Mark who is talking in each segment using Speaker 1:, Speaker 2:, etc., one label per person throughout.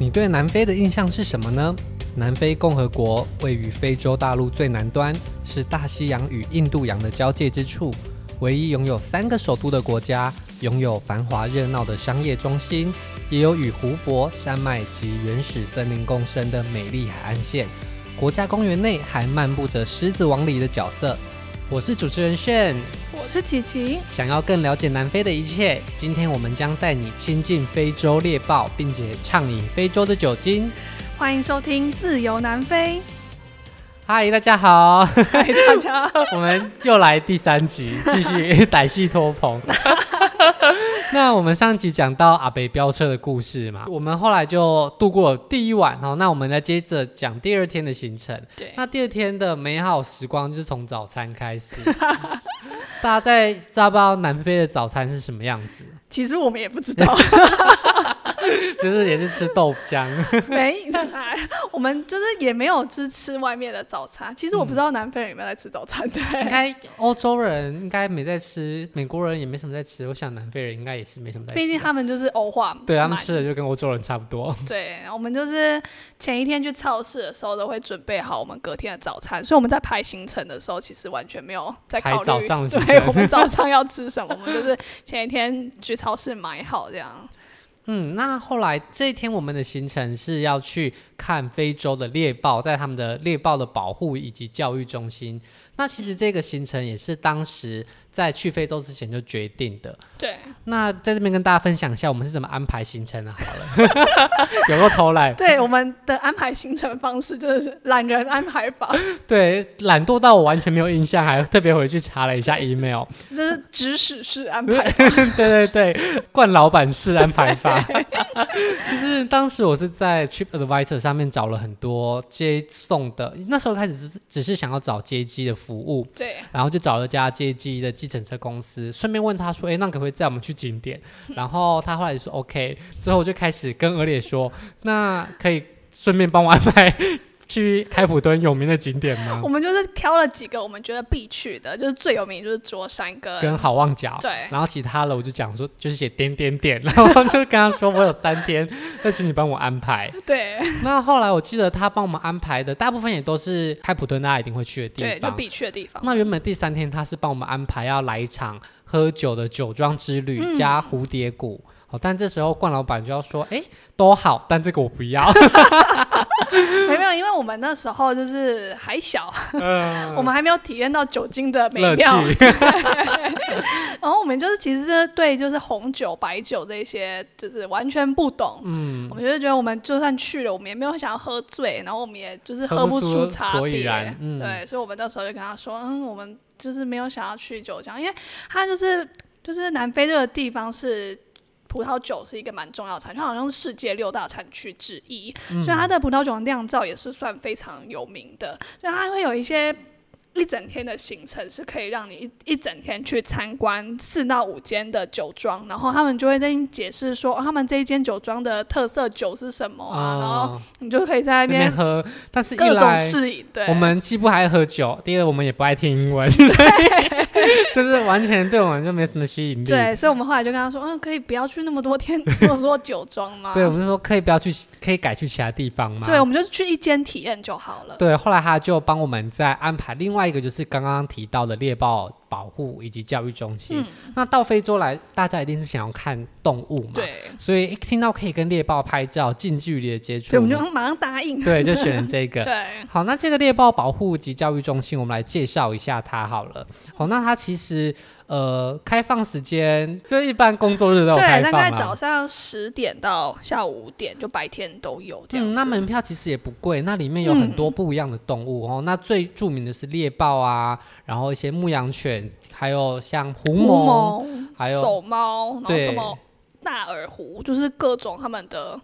Speaker 1: 你对南非的印象是什么呢？南非共和国位于非洲大陆最南端，是大西洋与印度洋的交界之处，唯一拥有3个首都的国家，拥有繁华热闹的商业中心，也有与湖泊、山脉及原始森林共生的美丽海岸线。国家公园内还漫步着狮子王里的角色。我是主持人炫，
Speaker 2: 我是琪琪。
Speaker 1: 想要更了解南非的一切，今天我们将带你亲近非洲猎豹，并且畅饮非洲的酒精。
Speaker 2: 欢迎收听自由南非。
Speaker 1: 嗨，大家好。
Speaker 2: 嗨，大家。
Speaker 1: 我们又来第3集，继续歹戏拖棚。那我们上集讲到阿北飙车的故事嘛，我们后来就度过了第1晚，那我们再接着讲第2天的行程。
Speaker 2: 对，
Speaker 1: 那第2天的美好时光就是从早餐开始。大家知道不知道南非的早餐是什么样子？
Speaker 2: 其实我们也不知道。
Speaker 1: 就是也是吃豆浆。
Speaker 2: 没，我们就是也没有吃外面的早餐。其实我不知道南非人有没有在吃早餐。对，
Speaker 1: 应该欧洲人应该没在吃，美国人也没什么在吃，我想南非人应该也是没什么在吃。
Speaker 2: 毕竟他们就是欧化，
Speaker 1: 对，他们吃的就跟欧洲人差不多。
Speaker 2: 对，我们就是前一天去超市的时候都会准备好我们隔天的早餐，所以我们在排行程的时候其实完全没有在考虑
Speaker 1: 早上
Speaker 2: 对我们早上要吃什么，我们就是前一天去超市买好这样。
Speaker 1: 那后来这一天我们的行程是要去看非洲的猎豹，在他们的猎豹的保护以及教育中心。那其实这个行程也是当时在去非洲之前就决定的。
Speaker 2: 对，
Speaker 1: 那在这边跟大家分享一下我们是怎么安排行程的好了。有够偷懒。
Speaker 2: 对，我们的安排行程方式就是懒人安排法。
Speaker 1: 对，懒惰到我完全没有印象，还特别回去查了一下 email，
Speaker 2: 就是指使式安排法。
Speaker 1: 对对对，冠老板式安排法。就是当时我是在 TripAdvisor 上面找了很多接送的，那时候开始只是想要找接机的服务。
Speaker 2: 对，
Speaker 1: 然后就找了家接机的计程车公司，顺便问他说那可不可以载我们去景点。然后他后来就说 OK， 之后我就开始跟俄烈说，那可以顺便帮我安排去开普敦有名的景点吗？
Speaker 2: 我们就是挑了几个我们觉得必去的，就是最有名就是卓山跟
Speaker 1: 好望角。
Speaker 2: 对，
Speaker 1: 然后其他的我就讲说就是写点点点，然后就跟他说我有3天，那请你帮我安排。
Speaker 2: 对，
Speaker 1: 那后来我记得他帮我们安排的大部分也都是开普敦大家一定会去的地方，
Speaker 2: 对，就必去的地方。
Speaker 1: 那原本第3天他是帮我们安排要来一场喝酒的酒庄之旅，加蝴蝶谷。但这时候冠老板就要说都好，但这个我不要。
Speaker 2: 没有，因为我们那时候就是还小，我们还没有体验到酒精的美妙。然后我们就是其实对就是红酒、白酒这些就是完全不懂。我们就觉得我们就算去了，我们也没有想要喝醉，然后我们也就是喝不出差别。对，所以我们那时候就跟他说，我们就是没有想要去酒庄，因为他就是南非这个地方是。葡萄酒是一个蛮重要的产区，它好像是世界6大产区之一，所以它的葡萄酒的酿造也是算非常有名的，所以它会有一整天的行程是可以让你一整天去参观4到5间的酒庄，然后他们就会跟你解释说，他们这一间酒庄的特色酒是什么啊，然后你就可以在那边
Speaker 1: 喝。但是
Speaker 2: 各种适应，对，
Speaker 1: 我们既不爱喝酒，第二我们也不爱听英文，就是完全对我们就没什么吸引力。
Speaker 2: 对，所以我们后来就跟他说，可以不要去那么多酒庄吗？
Speaker 1: 对，我们就说可以改去其他地方吗？
Speaker 2: 对，我们就去1间体验就好了。
Speaker 1: 对，后来他就帮我们再安排另外一个，就是刚刚提到的猎豹保护以及教育中心。那到非洲来，大家一定是想要看动物嘛，
Speaker 2: 对，
Speaker 1: 所以一听到可以跟猎豹拍照、近距离的接触，
Speaker 2: 对，我们就马上答应。
Speaker 1: 对，就选了这个。
Speaker 2: 对，
Speaker 1: 好，那这个猎豹保护及教育中心，我们来介绍一下它好了。好，那它其实开放时间就一般工作日都有开放，
Speaker 2: 对，大概早上10点到下午5点，就白天都有这样子。
Speaker 1: 那门票其实也不贵，那里面有很多不一样的动物那最著名的是猎豹啊，然后一些牧羊犬，还有像狐獴，还有
Speaker 2: 手猫，然后什么大耳狐，就是各种他们的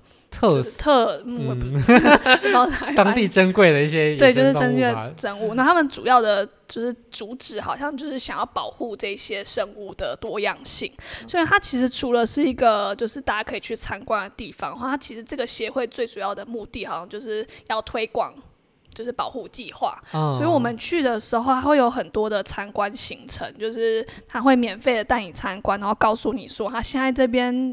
Speaker 1: 当地珍贵的一些
Speaker 2: 对，就是珍贵的生物。那他们主要的就是主旨好像就是想要保护这些生物的多样性，所以它其实除了是一个就是大家可以去参观的地方，它其实这个协会最主要的目的好像就是要推广就是保护计划，所以我们去的时候它会有很多的参观行程，就是它会免费的带你参观，然后告诉你说它现在这边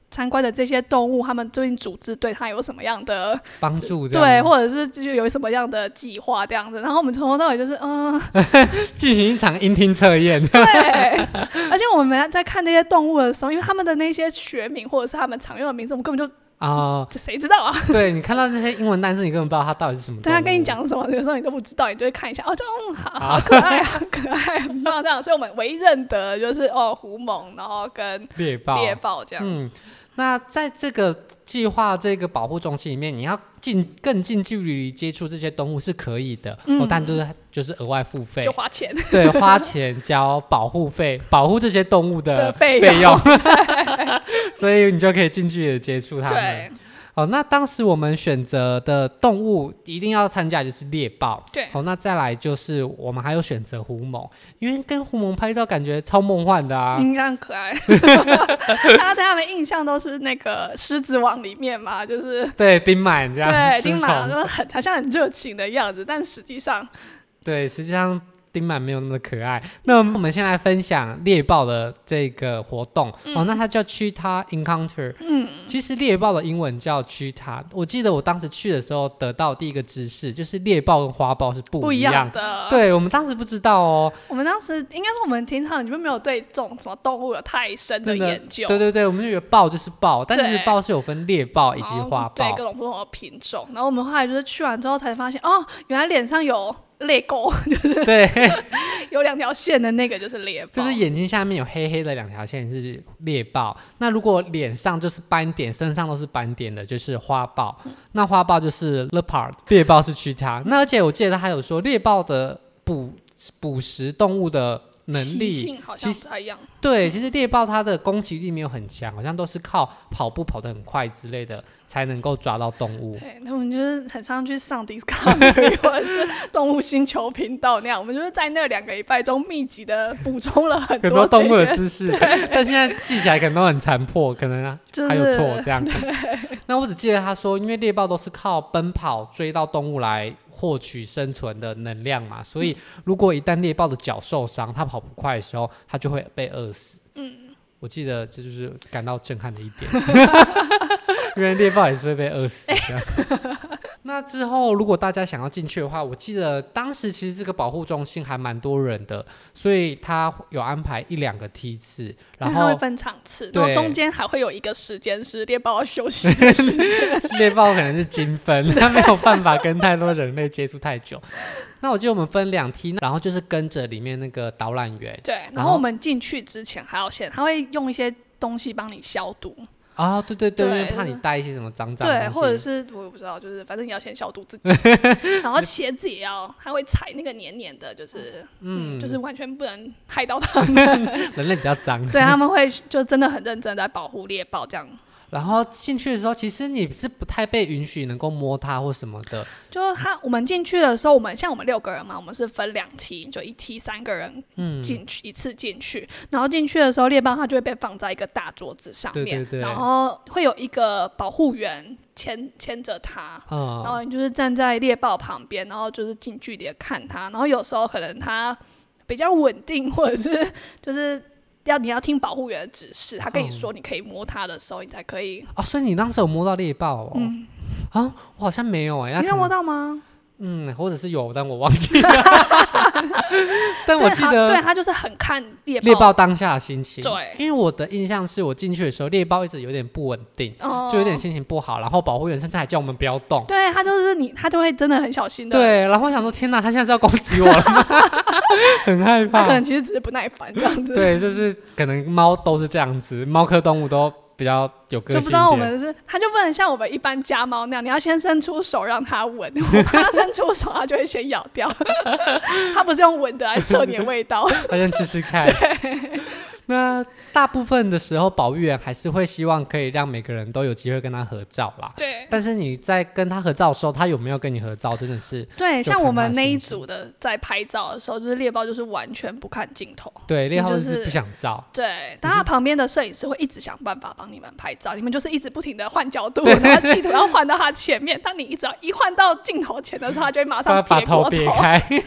Speaker 2: 参观的这些动物，他们最近组织对它有什么样的
Speaker 1: 帮助？
Speaker 2: 对，或者是就有什么样的计划这样子。然后我们从头到尾就是
Speaker 1: 进行一场音听测验。
Speaker 2: 对，而且我们在看那些动物的时候，因为他们的那些学名或者是他们常用的名字，我们根本就这谁知道啊？
Speaker 1: 对，你看到那些英文单词，你根本不知道它到底是什么动物。
Speaker 2: 对，他跟你讲什么，有时候你都不知道，你就会看一下，这样好可爱，好可爱，很棒这样。所以我们唯一认得的就是狐獴，然后跟猎豹这样。
Speaker 1: 那在这个计划这个保护中心里面，你要更近距离接触这些动物是可以的，但就是额外付费，
Speaker 2: 就花钱，
Speaker 1: 对，花钱交保护费，保护这些动物的费用，所以你就可以近距离的接触它们。
Speaker 2: 对。
Speaker 1: 那当时我们选择的动物一定要参加就是猎豹，
Speaker 2: 对。
Speaker 1: 那再来就是我们还有选择狐獴，因为跟狐獴拍照感觉超梦幻的啊，
Speaker 2: 应该很可爱。大家对他们印象都是那个狮子王里面嘛，就是
Speaker 1: 对丁满这样，
Speaker 2: 对丁满就好像很热情的样子，但实际上
Speaker 1: 丁满没有那么可爱。那我们先来分享猎豹的这个活动，那它叫 Cheetah Encounter。其实猎豹的英文叫 Cheetah。我记得我当时去的时候得到第一个知识，就是猎豹跟花豹是不一样
Speaker 2: 的。
Speaker 1: 对，我们当时不知道哦。
Speaker 2: 我们当时应该说我们平常你就没有对这种什么动物有太深的研究。
Speaker 1: 对，我们就以为豹就是豹，但其实豹是有分猎豹以及花豹，
Speaker 2: 对，各种不同的品种。然后我们后来就是去完之后才发现，原来脸上有泪沟，就是
Speaker 1: 对，
Speaker 2: 有2条线的那个就是猎豹，
Speaker 1: 就是眼睛下面有黑黑的2条线是猎豹。那如果脸上就是斑点，身上都是斑点的，就是花豹。那花豹就是 leopard， 猎豹是 cheetah。那而且我记得他还有说，猎豹的捕食动物的能力
Speaker 2: 习性好像不太一样。
Speaker 1: 对，其实猎豹它的攻击力没有很强，好像都是靠跑步跑得很快之类的才能够抓到动物。
Speaker 2: 对，那我们就是很常去上 Discovery 或者是动物星球频道那样，我们就是在那2个礼拜中密集的补充了很多
Speaker 1: 动物的知识，但现在记起来可能都很残破，可能还有错这样。那我只记得他说，因为猎豹都是靠奔跑追到动物来获取生存的能量嘛，所以如果一旦猎豹的脚受伤，它跑不快的时候，它就会被饿死。我记得这就是感到震撼的一点，因为猎豹也是会被饿死这样。那之后如果大家想要进去的话，我记得当时其实这个保护中心还蛮多人的，所以他有安排1-2个梯次，然后
Speaker 2: 它会分场次，然后中间还会有一个时间是猎豹要休息的时间。
Speaker 1: 猎豹可能是精分，它没有办法跟太多人类接触太久。那我记得我们分2梯，然后就是跟着里面那个导览员。
Speaker 2: 对，然后我们进去之前还要他会用一些东西帮你消毒。
Speaker 1: 对，因为怕你带一些什么脏的东西，
Speaker 2: 对，或者是我也不知道，就是反正你要先消毒自己，然后鞋子也要，他会踩那个黏黏的，就是就是完全不能害到他们。
Speaker 1: 人类比较脏，
Speaker 2: 对，他们会就真的很认真在保护猎豹这样。
Speaker 1: 然后进去的时候，其实你是不太被允许能够摸它或什么的。
Speaker 2: 就我们进去的时候，我们6个人嘛，我们是分2梯，就1梯3个人进去，一次进去。然后进去的时候，猎豹它就会被放在一个大桌子上面，
Speaker 1: 对，
Speaker 2: 然后会有一个保护员牵着它，然后你就是站在猎豹旁边，然后就是近距离的看它。然后有时候可能它比较稳定，或者是就是你要听保护员的指示，他跟你说你可以摸它的时候，你才可以。
Speaker 1: 所以你当时有摸到猎豹哦？我好像没有
Speaker 2: 你没有摸到吗？
Speaker 1: 或者是有，但我忘记了。但我记得，
Speaker 2: 对，他就是很看猎
Speaker 1: 豹当下的心情。
Speaker 2: 对，
Speaker 1: 因为我的印象是我进去的时候，猎豹一直有点不稳定，就有点心情不好，然后保护员甚至还叫我们不要动。
Speaker 2: 对，他就是他就会真的很小心的。
Speaker 1: 对，然后我想说，天哪，他现在是要攻击我了吗？很害怕。
Speaker 2: 他可能其实只是不耐烦这样子。
Speaker 1: 对，就是可能猫都是这样子，猫科动物都比较有个性一点，就不知道
Speaker 2: 我们它就不能像我们一般家猫那样，你要先伸出手让它闻，我怕它伸出手，它就会先咬掉。它不是用闻的来测你的味道，
Speaker 1: 它先吃吃看。那大部分的时候，保育员还是会希望可以让每个人都有机会跟他合照啦。
Speaker 2: 对。
Speaker 1: 但是你在跟他合照的时候，他有没有跟你合照，真的是
Speaker 2: 对。像我们那一组的在拍照的时候，就是猎豹就是完全不看镜头。
Speaker 1: 对，猎豹就是不想照。
Speaker 2: 对，但他旁边的摄影师会一直想办法帮你们拍照，你们就是一直不停的换角度，然后企图要换到他前面。当你一换到镜头前的时候，他就会马上
Speaker 1: 把头别开。
Speaker 2: 可是我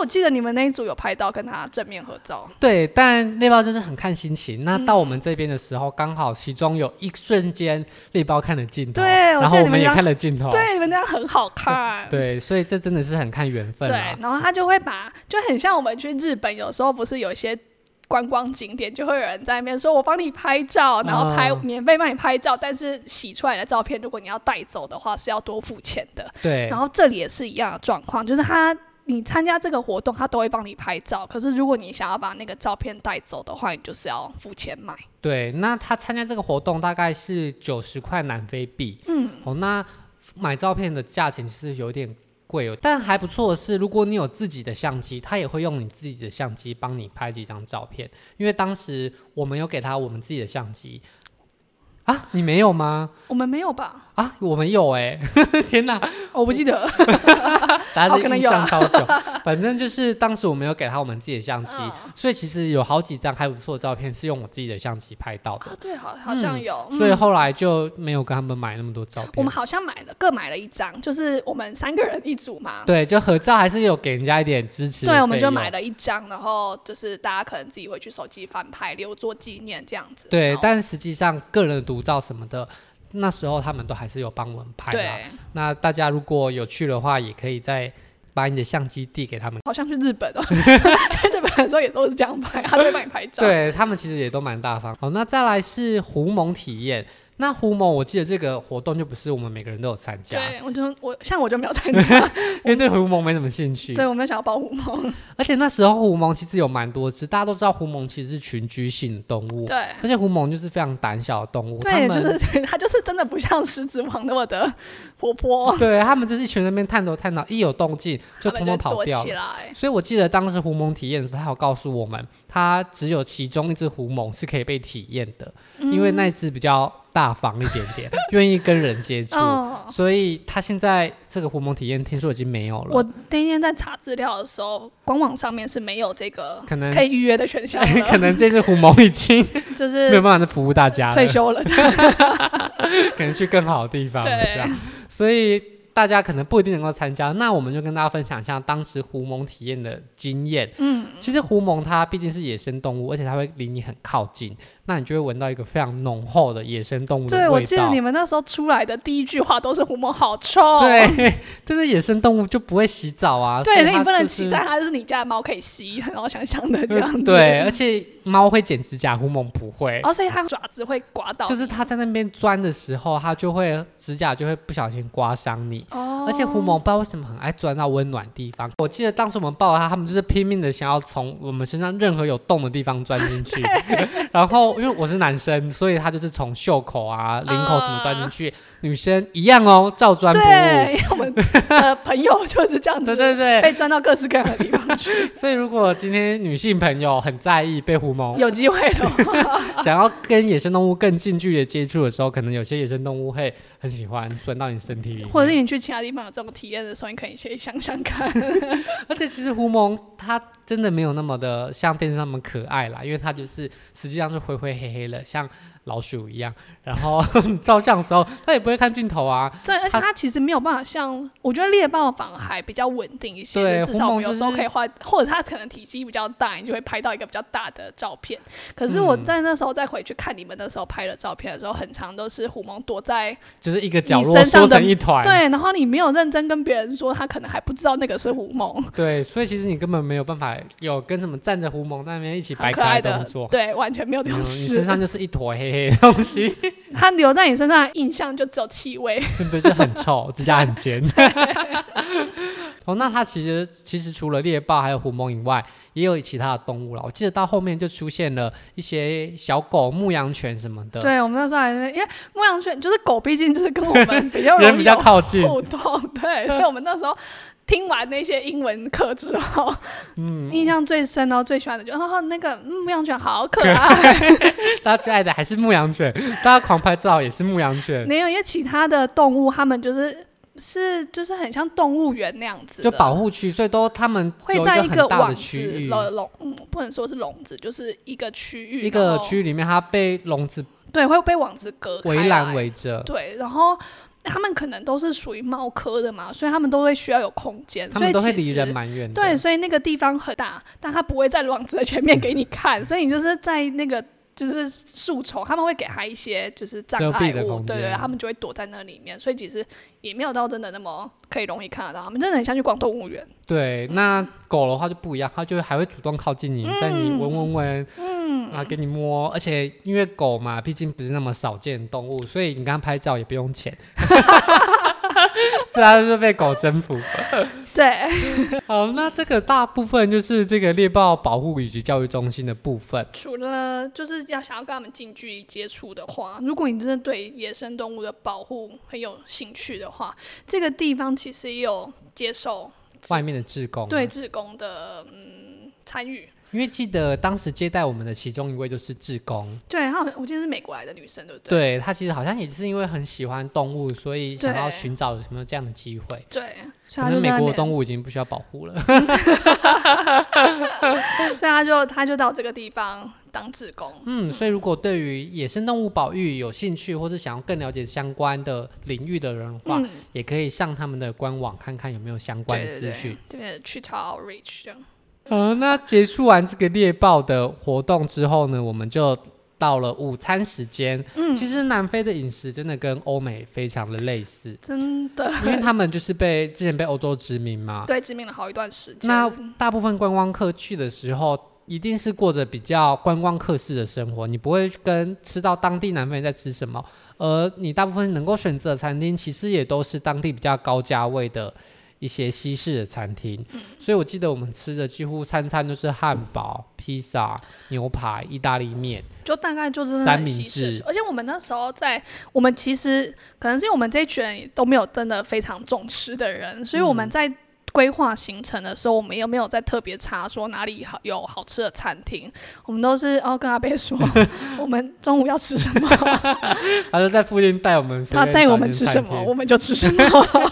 Speaker 2: 我记得你们那一组有拍到跟他正面合照。
Speaker 1: 对，但猎豹就是很看心情。那到我们这边的时候，刚好其中有一瞬间猎豹看了镜头，
Speaker 2: 对，
Speaker 1: 然后我们也看了镜头，
Speaker 2: 对，你们这样很好看。
Speaker 1: 对，所以这真的是很看缘分。
Speaker 2: 对，然后他就会就很像我们去日本，有时候不是有一些观光景点就会有人在那边说我帮你拍照，然后免费帮你拍照，但是洗出来的照片如果你要带走的话是要多付钱的。
Speaker 1: 对，
Speaker 2: 然后这里也是一样的状况，就是你参加这个活动他都会帮你拍照，可是如果你想要把那个照片带走的话，你就是要付钱买。
Speaker 1: 对，那他参加这个活动大概是90块南非币。那买照片的价钱其实有点贵哦，但还不错的是，如果你有自己的相机，他也会用你自己的相机帮你拍几张照片。因为当时我们有给他我们自己的相机啊，你没有吗？
Speaker 2: 我们没有吧？
Speaker 1: 啊，我们有天哪，
Speaker 2: 我不记得了，
Speaker 1: 大家的印象超久。反正就是当时我们有给他我们自己的相机，所以其实有好几张还不错的照片是用我自己的相机拍到的。
Speaker 2: 对，好像有。
Speaker 1: 所以后来就没有跟他们买那么多照片。
Speaker 2: 我们好像各买了一张，就是我们3个人一组嘛。
Speaker 1: 对，就合照还是有给人家一点支持的费用。
Speaker 2: 对，我们就买了一张，然后就是大家可能自己会去手机翻拍留作纪念这样子。
Speaker 1: 对，但实际上个人的独照什么的，那时候他们都还是有帮我们拍的。那大家如果有去的话，也可以再把你的相机递给他们。
Speaker 2: 好像去日本日本的时候也都是这样拍，他都会帮你拍照。
Speaker 1: 对，他们其实也都蛮大方。好，那再来是狐獴体验。那狐獴，我记得这个活动就不是我们每个人都有参加。
Speaker 2: 对，我就没有参加，
Speaker 1: 因为对狐獴没什么兴趣。
Speaker 2: 对，我没有想要抱狐獴。
Speaker 1: 而且那时候狐獴其实有蛮多只，大家都知道狐獴其实是群居性的动物。
Speaker 2: 对，
Speaker 1: 而且狐獴就是非常胆小的动物。
Speaker 2: 对，它就是真的不像狮子王那么的活泼。
Speaker 1: 对，他们就是一群人在那边探头探脑，一有动静就通通跑掉了。
Speaker 2: 躲起来。
Speaker 1: 所以我记得当时狐獴体验的时候，他有告诉我们，他只有其中一只狐獴是可以被体验的，因为那只比较大方一点点，愿意跟人接触，所以他现在这个狐獴体验听说已经没有了。
Speaker 2: 我那天在查资料的时候，官网上面是没有这个
Speaker 1: 可能
Speaker 2: 可以预约的选项的。
Speaker 1: 可能这只狐獴已经
Speaker 2: 就是
Speaker 1: 没有办法再服务大家了，
Speaker 2: 退休了，
Speaker 1: 可能去更好的地方了这样。所以大家可能不一定能够参加，那我们就跟大家分享一下当时狐獴体验的经验。其实狐獴它毕竟是野生动物，而且它会离你很靠近，那你就会闻到一个非常浓厚的野生动物的味道。
Speaker 2: 对，我记得你们那时候出来的第一句话都是狐獴好臭。
Speaker 1: 对，但是野生动物就不会洗澡啊。
Speaker 2: 对，所以你不能期待它就是你家的猫可以吸，然后香香的这样子。
Speaker 1: 对，而且猫会剪指甲，狐獴不会。
Speaker 2: 所以它爪子会刮到你，
Speaker 1: 就是它在那边钻的时候，它就会指甲就会不小心刮伤你。而且狐獴不知道为什么很爱钻到温暖地方。我记得当时我们抱它，它们就是拼命的想要从我们身上任何有洞的地方钻进去。然后因为我是男生，所以它就是从袖口啊、领口什么钻进去。女生一样照钻不误。
Speaker 2: 对，因为我们的朋友就是这样子，
Speaker 1: 对，
Speaker 2: 被钻到各式各样的地方去。
Speaker 1: 所以如果今天女性朋友很在意被狐獴，
Speaker 2: 有机会的话，
Speaker 1: 想要跟野生动物更近距离的接触的时候，可能有些野生动物会很喜欢钻到你身体里面，
Speaker 2: 或者是你去其他地方有这种体验的时候，你可以先想想看。
Speaker 1: 而且其实狐獴它真的没有那么的像电视上那么可爱啦，因为它就是实际上是灰灰黑黑的，像老鼠一样，然后照相的时候它也不会看镜头啊。
Speaker 2: 对，而且它其实没有办法像，我觉得猎豹反而还比较稳定一些，
Speaker 1: 对，
Speaker 2: 至少我们有时候可以画，或者它可能体积比较大，你就会拍到一个比较大的照片。可是我在那时候再回去看你们那时候拍的照片的时候，很常都是狐獴躲在
Speaker 1: 就是一个角落缩成一团，
Speaker 2: 对，然后你没有认真跟别人说，他可能还不知道那个是狐獴。
Speaker 1: 对，所以其实你根本没有办法有跟什么站着狐獴在那边一起摆可爱的动作，
Speaker 2: 对，完全没有这种事。
Speaker 1: 你身上就是一坨黑黑的东西。
Speaker 2: 它留在你身上的印象就只有气味，
Speaker 1: 对，就很臭，指甲很尖。那它其实除了猎豹还有狐獴以外，也有其他的动物了。我记得到后面就出现了一些小狗、牧羊犬什么的。
Speaker 2: 对，我们那时候还因为牧羊犬就是狗，毕竟就是跟我们比较容易
Speaker 1: 人比较靠近
Speaker 2: 互动，对，所以我们那时候听完那些英文课之后，印象最深，然后最喜欢的就那个牧羊犬好可爱。
Speaker 1: 大家最爱的还是牧羊犬，大家狂拍照也是牧羊犬。
Speaker 2: 没有，因为其他的动物他们就是很像动物园那样子的，
Speaker 1: 就保护区，所以他们
Speaker 2: 会在一个
Speaker 1: 网子
Speaker 2: 不能说是笼子，就是一个区域，
Speaker 1: 一个区域里面它被笼子
Speaker 2: 对会被网子隔开
Speaker 1: 围栏围着。
Speaker 2: 对，然后他们可能都是属于猫科的嘛，所以他们都会需要有空间，
Speaker 1: 他们都会离人蛮远的。
Speaker 2: 对，所以那个地方很大，但它不会在笼子的前面给你看，所以你就是在那个就是树丛，他们会给他一些就是障碍物，对对，他们就会躲在那里面，所以其实也没有到真的那么可以容易看得到他们，真的很像去逛动物园。
Speaker 1: 对，那狗的话就不一样，它就还会主动靠近你，在你闻，啊，给你摸，而且因为狗嘛，毕竟不是那么少见的动物，所以你跟它拍照也不用钱。它就被狗征服。
Speaker 2: 对，
Speaker 1: 好，那这个大部分就是这个猎豹保护以及教育中心的部分。
Speaker 2: 除了就是想要跟他们近距离接触的话，如果你真的对野生动物的保护很有兴趣的话，这个地方其实也有接受
Speaker 1: 外面的志工，
Speaker 2: 对志工的参与。
Speaker 1: 因为记得当时接待我们的其中一位就是志工，
Speaker 2: 对，我记得是美国来的女生，对不
Speaker 1: 对？对，她其实好像也是因为很喜欢动物，所以想要寻找有什么这样的机会。
Speaker 2: 对，
Speaker 1: 可能美国的动物已经不需要保护了，
Speaker 2: 所以他就到这个地方当志工。
Speaker 1: 所以如果对于野生动物保育有兴趣，或是想要更了解相关的领域的人的话，也可以上他们的官网看看有没有相关的资讯。
Speaker 2: 对，Cheetah Outreach 这样。
Speaker 1: 那结束完这个猎豹的活动之后呢，我们就到了午餐时间。其实南非的饮食真的跟欧美非常的类似，
Speaker 2: 真的，
Speaker 1: 因为他们就是之前被欧洲殖民嘛，
Speaker 2: 对，殖民了好一段时间。
Speaker 1: 那大部分观光客去的时候，一定是过着比较观光客式的生活，你不会吃到当地南非人在吃什么，而你大部分能够选择的餐厅，其实也都是当地比较高价位的一些西式的餐厅。所以我记得我们吃的几乎餐都是汉堡、披萨、牛排、意大利面，
Speaker 2: 就大概就是三明治。而且我们那时候我们其实可能是因为我们这一群人都没有真的非常重吃的人，所以我们在规划行程的时候，我们也没有在特别查说哪里有好吃的餐厅，我们都是跟阿伯说我们中午要吃什么，
Speaker 1: 他就在附近带我们，
Speaker 2: 他带我们吃什么我们就吃什么。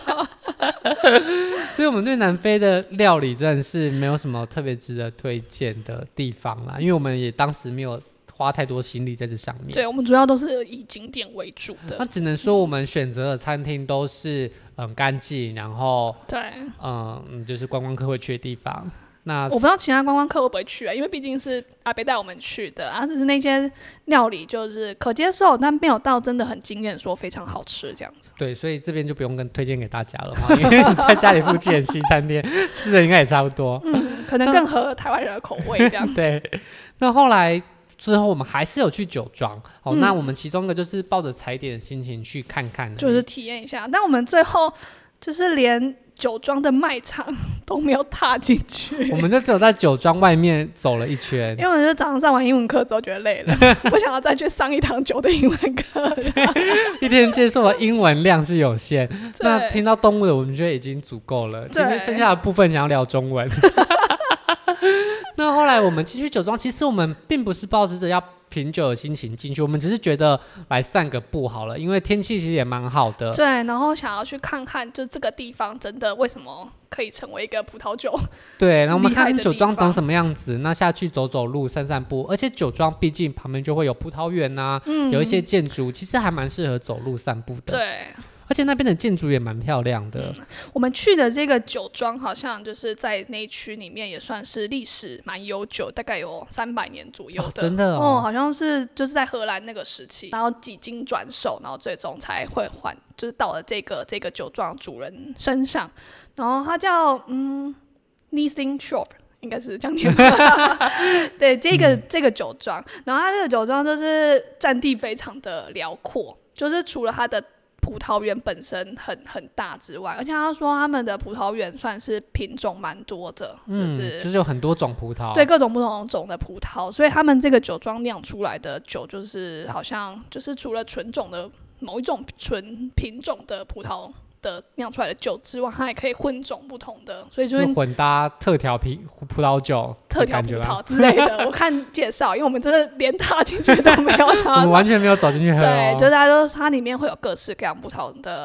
Speaker 1: 所以我们对南非的料理真的是没有什么特别值得推荐的地方啦，因为我们也当时没有花太多心力在这上面。
Speaker 2: 对，我们主要都是以景点为主的。
Speaker 1: 那只能说我们选择的餐厅都是干净，然后
Speaker 2: 对，
Speaker 1: 就是观光客会去的地方。那
Speaker 2: 我不知道其他观光客会不会去因为毕竟是阿伯带我们去的只是那些料理就是可接受，但没有到真的很惊艳说非常好吃这样子。
Speaker 1: 对，所以这边就不用推荐给大家了因为你在家里附近的西餐店吃的应该也差不多，
Speaker 2: 可能更合台湾人的口味这样。
Speaker 1: 对，那后来之后我们还是有去酒庄那我们其中一个就是抱着踩点的心情去看看，
Speaker 2: 就是体验一下，但我们最后就是连酒庄的卖场都没有踏进去，
Speaker 1: 我们就只有在酒庄外面走了一圈，
Speaker 2: 因为我们就早上上完英文课之后觉得累了不想要再去上一堂酒的英文课
Speaker 1: 一天接受的英文量是有限，那听到动物的我们觉得已经足够了，今天剩下的部分想要聊中文那后来我们进去酒庄，其实我们并不是抱着要品酒的心情进去，我们只是觉得来散个步好了，因为天气其实也蛮好的。
Speaker 2: 对，然后想要去看看就这个地方真的为什么可以成为一个葡萄酒。
Speaker 1: 对，然后我们看看酒庄长什么样子，那下去走走路散散步，而且酒庄毕竟旁边就会有葡萄园有一些建筑，其实还蛮适合走路散步的。
Speaker 2: 对，
Speaker 1: 而且那边的建筑也蛮漂亮的。
Speaker 2: 我们去的这个酒庄好像就是在那一区里面也算是历史蛮悠久，大概有300年左右的。
Speaker 1: 真的
Speaker 2: 好像是就是在荷兰那个时期，然后几经转手，然后最终才会就是到了这个酒庄主人身上。然后他叫Nising Shore， 应该是这样念对，这个酒庄，然后他这个酒庄就是占地非常的辽阔，就是除了他的葡萄园本身很大之外，而且他说他们的葡萄园算是品种蛮多的，就是
Speaker 1: 有很多种葡萄，
Speaker 2: 对，各种不同种的葡萄，所以他们这个酒庄酿出来的酒就是好像就是除了纯种的某一种纯品种的葡萄的酿出来的酒之外，它也可以混种不同的，所以就是
Speaker 1: 混搭特调葡萄酒、
Speaker 2: 特调葡萄之类的。我看介绍，因为我们真的连踏进去都没有想到，
Speaker 1: 我们完全没有走进去喝。
Speaker 2: 对，就大家都说它里面会有各式各样不同的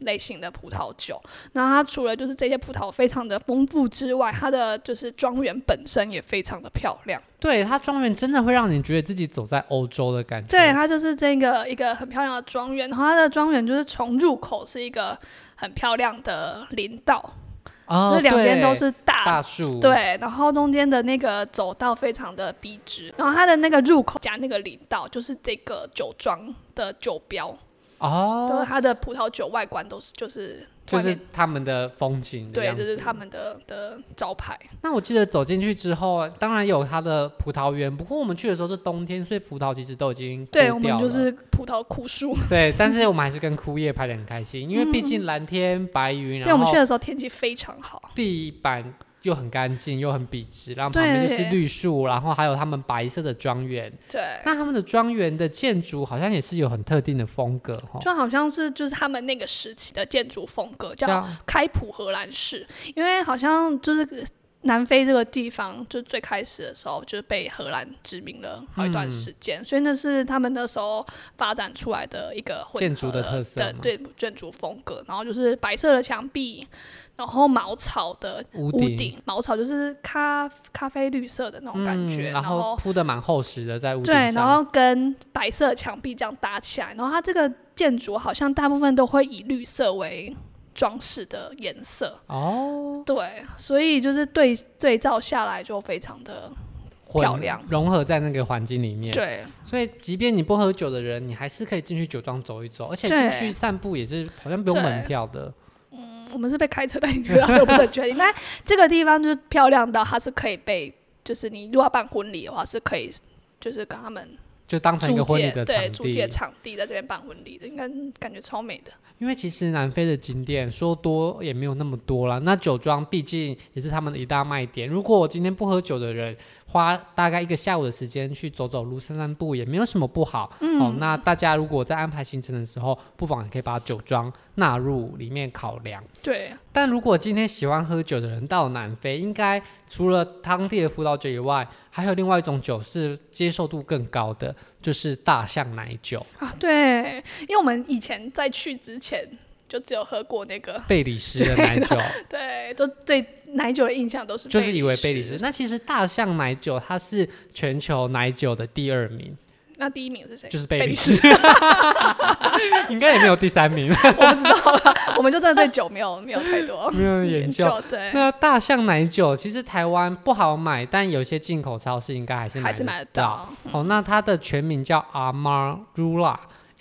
Speaker 2: 类型的葡萄酒。然后它除了就是这些葡萄非常的丰富之外，它的就是庄园本身也非常的漂亮。
Speaker 1: 对，它庄园真的会让你觉得自己走在欧洲的感觉。
Speaker 2: 对，它就是这个一个很漂亮的庄园，然后它的庄园就是从入口是一个很漂亮的林道。就是两边都是大
Speaker 1: 树，
Speaker 2: 对，然后中间的那个走道非常的笔直，然后它的那个入口加那个林道就是这个酒庄的酒标就是它的葡萄酒外观都是就是
Speaker 1: 他们的风景的样子，
Speaker 2: 对，就是他们的招牌。
Speaker 1: 那我记得走进去之后，当然有它的葡萄园，不过我们去的时候是冬天，所以葡萄其实都已经枯掉了。
Speaker 2: 对，我们就是葡萄枯树。
Speaker 1: 对，但是我们还是跟枯叶拍得很开心，因为毕竟蓝天白云。
Speaker 2: 对，我们去的时候天气非常好，
Speaker 1: 地板又很干净又很笔直，然后旁边就是绿树，然后还有他们白色的庄园。
Speaker 2: 对，
Speaker 1: 那他们的庄园的建筑好像也是有很特定的风格，
Speaker 2: 就好像是就是他们那个时期的建筑风格叫开普荷兰式，因为好像就是南非这个地方就最开始的时候就是被荷兰殖民了好一段时间，所以那是他们那时候发展出来的一个
Speaker 1: 建筑的特色
Speaker 2: 对，建筑风格。然后就是白色的墙壁，然后茅草的屋顶，茅草就是咖啡绿色的那种感觉，
Speaker 1: 然后铺的蛮厚实的在屋顶
Speaker 2: 对，
Speaker 1: 上，
Speaker 2: 然后跟白色的墙壁这样搭起来，然后它这个建筑好像大部分都会以绿色为装饰的颜色对，所以就是对照下来就非常的漂亮，
Speaker 1: 融合在那个环境里面。
Speaker 2: 对，
Speaker 1: 所以即便你不喝酒的人，你还是可以进去酒庄走一走，而且进去散步也是好像不用门票的。
Speaker 2: 我们是被开车带进去的，所以我不是很确定。但这个地方就是漂亮到它是可以被，就是你如果要办婚礼的话，是可以就是跟他们
Speaker 1: 就当成一个婚礼的场地，
Speaker 2: 对，租借场地在这边办婚礼的，应该感觉超美的。
Speaker 1: 因为其实南非的景点说多也没有那么多啦，那酒庄毕竟也是他们的一大卖点。如果我今天不喝酒的人，花大概一个下午的时间去走走路、散散步，也没有什么不好。那大家如果在安排行程的时候，不妨也可以把酒庄纳入里面考量。
Speaker 2: 对。
Speaker 1: 但如果今天喜欢喝酒的人到南非，应该除了当地的葡萄酒以外，还有另外一种酒是接受度更高的，就是大象奶酒
Speaker 2: 对，因为我们以前在去之前就只有喝过那个
Speaker 1: 贝里斯的奶酒
Speaker 2: 对，就对奶酒的印象都是
Speaker 1: 就是以为贝里斯。那其实大象奶酒它是全球奶酒的第2名，
Speaker 2: 那第1名是谁？
Speaker 1: 就是贝里斯应该也没有第3名
Speaker 2: 我不知道了，我们就真的对酒没有太多
Speaker 1: 没有研究。
Speaker 2: 对，
Speaker 1: 那大象奶酒其实台湾不好买，但有些进口超市应该还是买得到。那它的全名叫 Amarula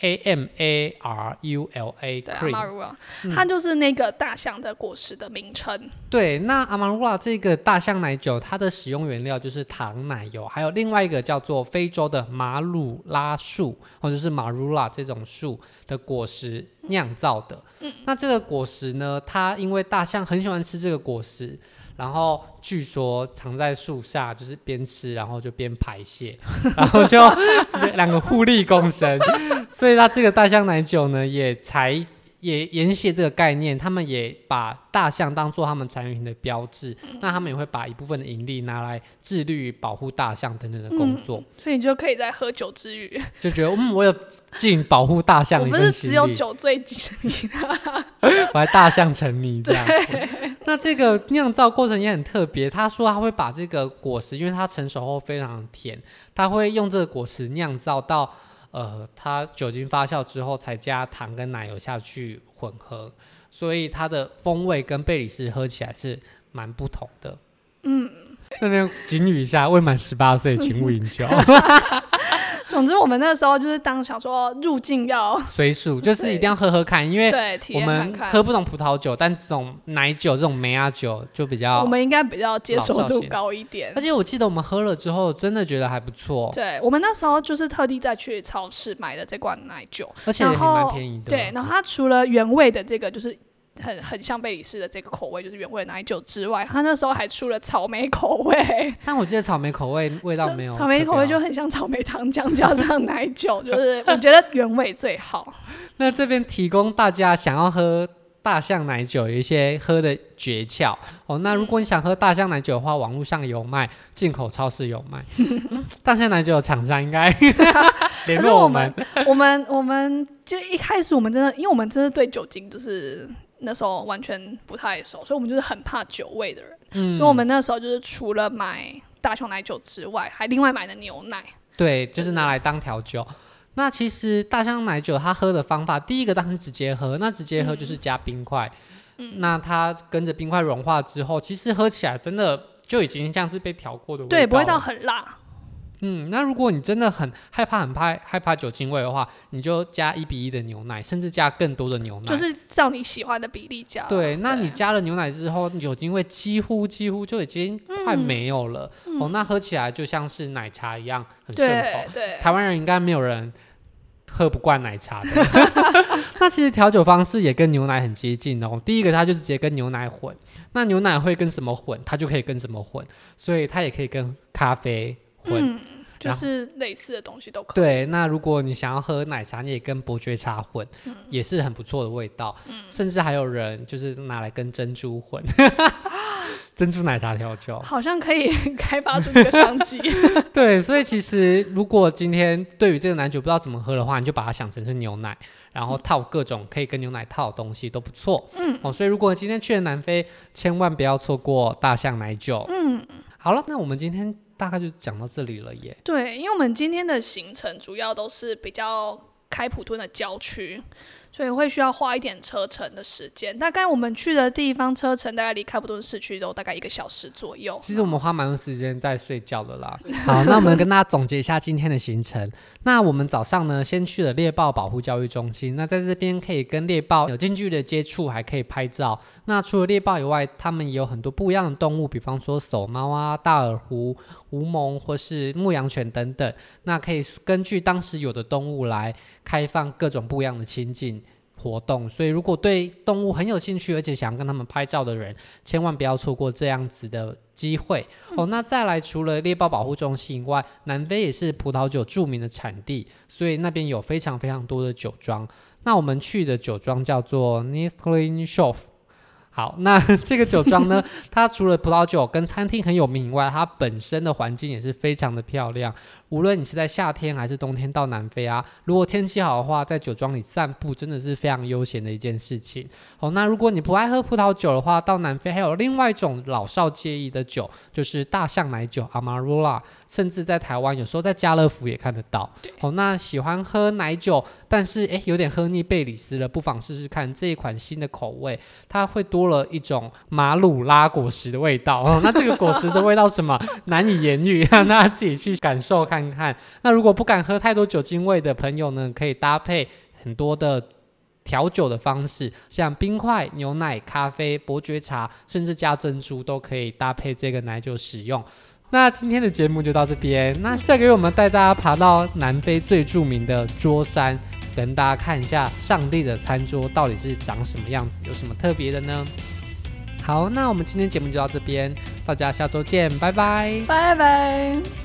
Speaker 1: AMARULA，
Speaker 2: 对 Amarula，它就是那个大象的果实的名称。
Speaker 1: 对，那 Amarula 这个大象奶酒，它的使用原料就是糖奶油，还有另外一个叫做非洲的马鲁拉树，或者是 Marula 这种树的果实酿造的。那这个果实呢，它因为大象很喜欢吃这个果实，然后据说藏在树下，就是边吃然后就边排泄，然后就两个互利共生，所以它这个大象奶酒呢也沿袭这个概念，他们也把大象当作他们产品的标志，那他们也会把一部分的盈利拿来致力于保护大象等等的工作，
Speaker 2: 所以你就可以在喝酒之余
Speaker 1: 就觉得我有尽保护大象的一份心力，
Speaker 2: 我不是只有酒醉沉迷
Speaker 1: 我还大象沉迷这样。那这个酿造过程也很特别，他说他会把这个果实，因为它成熟后非常甜，他会用这个果实酿造到它酒精发酵之后才加糖跟奶油下去混合，所以它的风味跟贝里斯喝起来是蛮不同的。那边警语一下，未满18岁请勿饮酒
Speaker 2: 总之我们那时候就是想说入境要
Speaker 1: 随俗，就是一定要喝喝看，因为我们喝不懂葡萄酒，但这种奶酒这种梅亚酒就比较，
Speaker 2: 我们应该比较接受度高一点。
Speaker 1: 而且我记得我们喝了之后真的觉得还不错。
Speaker 2: 对，我们那时候就是特地再去超市买的这罐奶酒，
Speaker 1: 而且也蛮便宜的。
Speaker 2: 对，然后它除了原味的这个就是很像贝里斯的这个口味，就是原味奶酒之外，它那时候还出了草莓口味。
Speaker 1: 但我记得草莓口味味道没有，
Speaker 2: 草莓口味就很像草莓糖浆加上奶酒，就是我觉得原味最好。
Speaker 1: 那这边提供大家想要喝大象奶酒有一些喝的诀窍哦。那如果你想喝大象奶酒的话，网络上有卖，进口超市有卖。大象奶酒的厂商应该联络我们。
Speaker 2: 我们就一开始我们真的，因为我们真的对酒精就是那时候完全不太熟，所以我们就是很怕酒味的人。所以我们那时候就是除了买大熊奶酒之外，还另外买了牛奶。
Speaker 1: 对，就是拿来当调酒。那其实大象奶酒它喝的方法，第一个当然是直接喝，那直接喝就是加冰块。那它跟着冰块融化之后，其实喝起来真的就已经像是被调过的味道了，
Speaker 2: 对，不会到很辣。
Speaker 1: 那如果你真的很害怕酒精味的话，你就加1:1的牛奶，甚至加更多的牛奶，
Speaker 2: 就是照你喜欢的比例加。
Speaker 1: 对，那你加了牛奶之后，酒精味几乎就已经快没有了。那喝起来就像是奶茶一样，很顺口。
Speaker 2: 对，
Speaker 1: 台湾人应该没有人喝不惯奶茶的。那其实调酒方式也跟牛奶很接近哦。第一个，它就直接跟牛奶混，那牛奶会跟什么混，它就可以跟什么混，所以它也可以跟咖啡混。
Speaker 2: 就是类似的东西都可以。
Speaker 1: 对，那如果你想要喝奶茶，你也跟伯爵茶混，也是很不错的味道。甚至还有人就是拿来跟珍珠混。珍珠奶茶调酒
Speaker 2: 好像可以开发出这个商机。
Speaker 1: 对，所以其实如果今天对于这个奶酒不知道怎么喝的话，你就把它想成是牛奶，然后套各种可以跟牛奶套的东西都不错。所以如果今天去了南非，千万不要错过大象奶酒。好了，那我们今天大概就讲到这里了耶。
Speaker 2: 对，因为我们今天的行程主要都是比较开普敦的郊区，所以会需要花一点车程的时间。大概我们去的地方车程大概离开普敦市区都大概1个小时左右。
Speaker 1: 其实我们花蛮多时间在睡觉的啦。好，那我们跟大家总结一下今天的行程。那我们早上呢，先去了猎豹保护教育中心。那在这边可以跟猎豹有近距离的接触，还可以拍照。那除了猎豹以外，他们也有很多不一样的动物，比方说手猫啊、大耳狐、狐獴或是牧羊犬等等。那可以根据当时有的动物来开放各种不一样的情景活动，所以如果对动物很有兴趣，而且想跟他们拍照的人，千万不要错过这样子的机会。那再来，除了猎豹保护中心以外，南非也是葡萄酒著名的产地，所以那边有非常非常多的酒庄。那我们去的酒庄叫做 Nithling Shof。好，那这个酒庄呢，它除了葡萄酒跟餐厅很有名以外，它本身的环境也是非常的漂亮。无论你是在夏天还是冬天到南非啊，如果天气好的话，在酒庄里散步真的是非常悠闲的一件事情。那如果你不爱喝葡萄酒的话，到南非还有另外一种老少皆宜的酒，就是大象奶酒 Amarula， 甚至在台湾有时候在家乐福也看得到。那喜欢喝奶酒，但是有点喝腻贝里斯了，不妨试试看这一款新的口味，它会多了一种马鲁拉果实的味道。那这个果实的味道什么难以言喻，让大家自己去感受看看。那如果不敢喝太多酒精味的朋友呢，可以搭配很多的调酒的方式，像冰块、牛奶、咖啡、伯爵茶，甚至加珍珠都可以搭配这个奶酒使用。那今天的节目就到这边，那下个月我们带大家爬到南非最著名的桌山，跟大家看一下上帝的餐桌到底是长什么样子，有什么特别的呢？好，那我们今天节目就到这边，大家下周见，拜拜，
Speaker 2: 拜拜。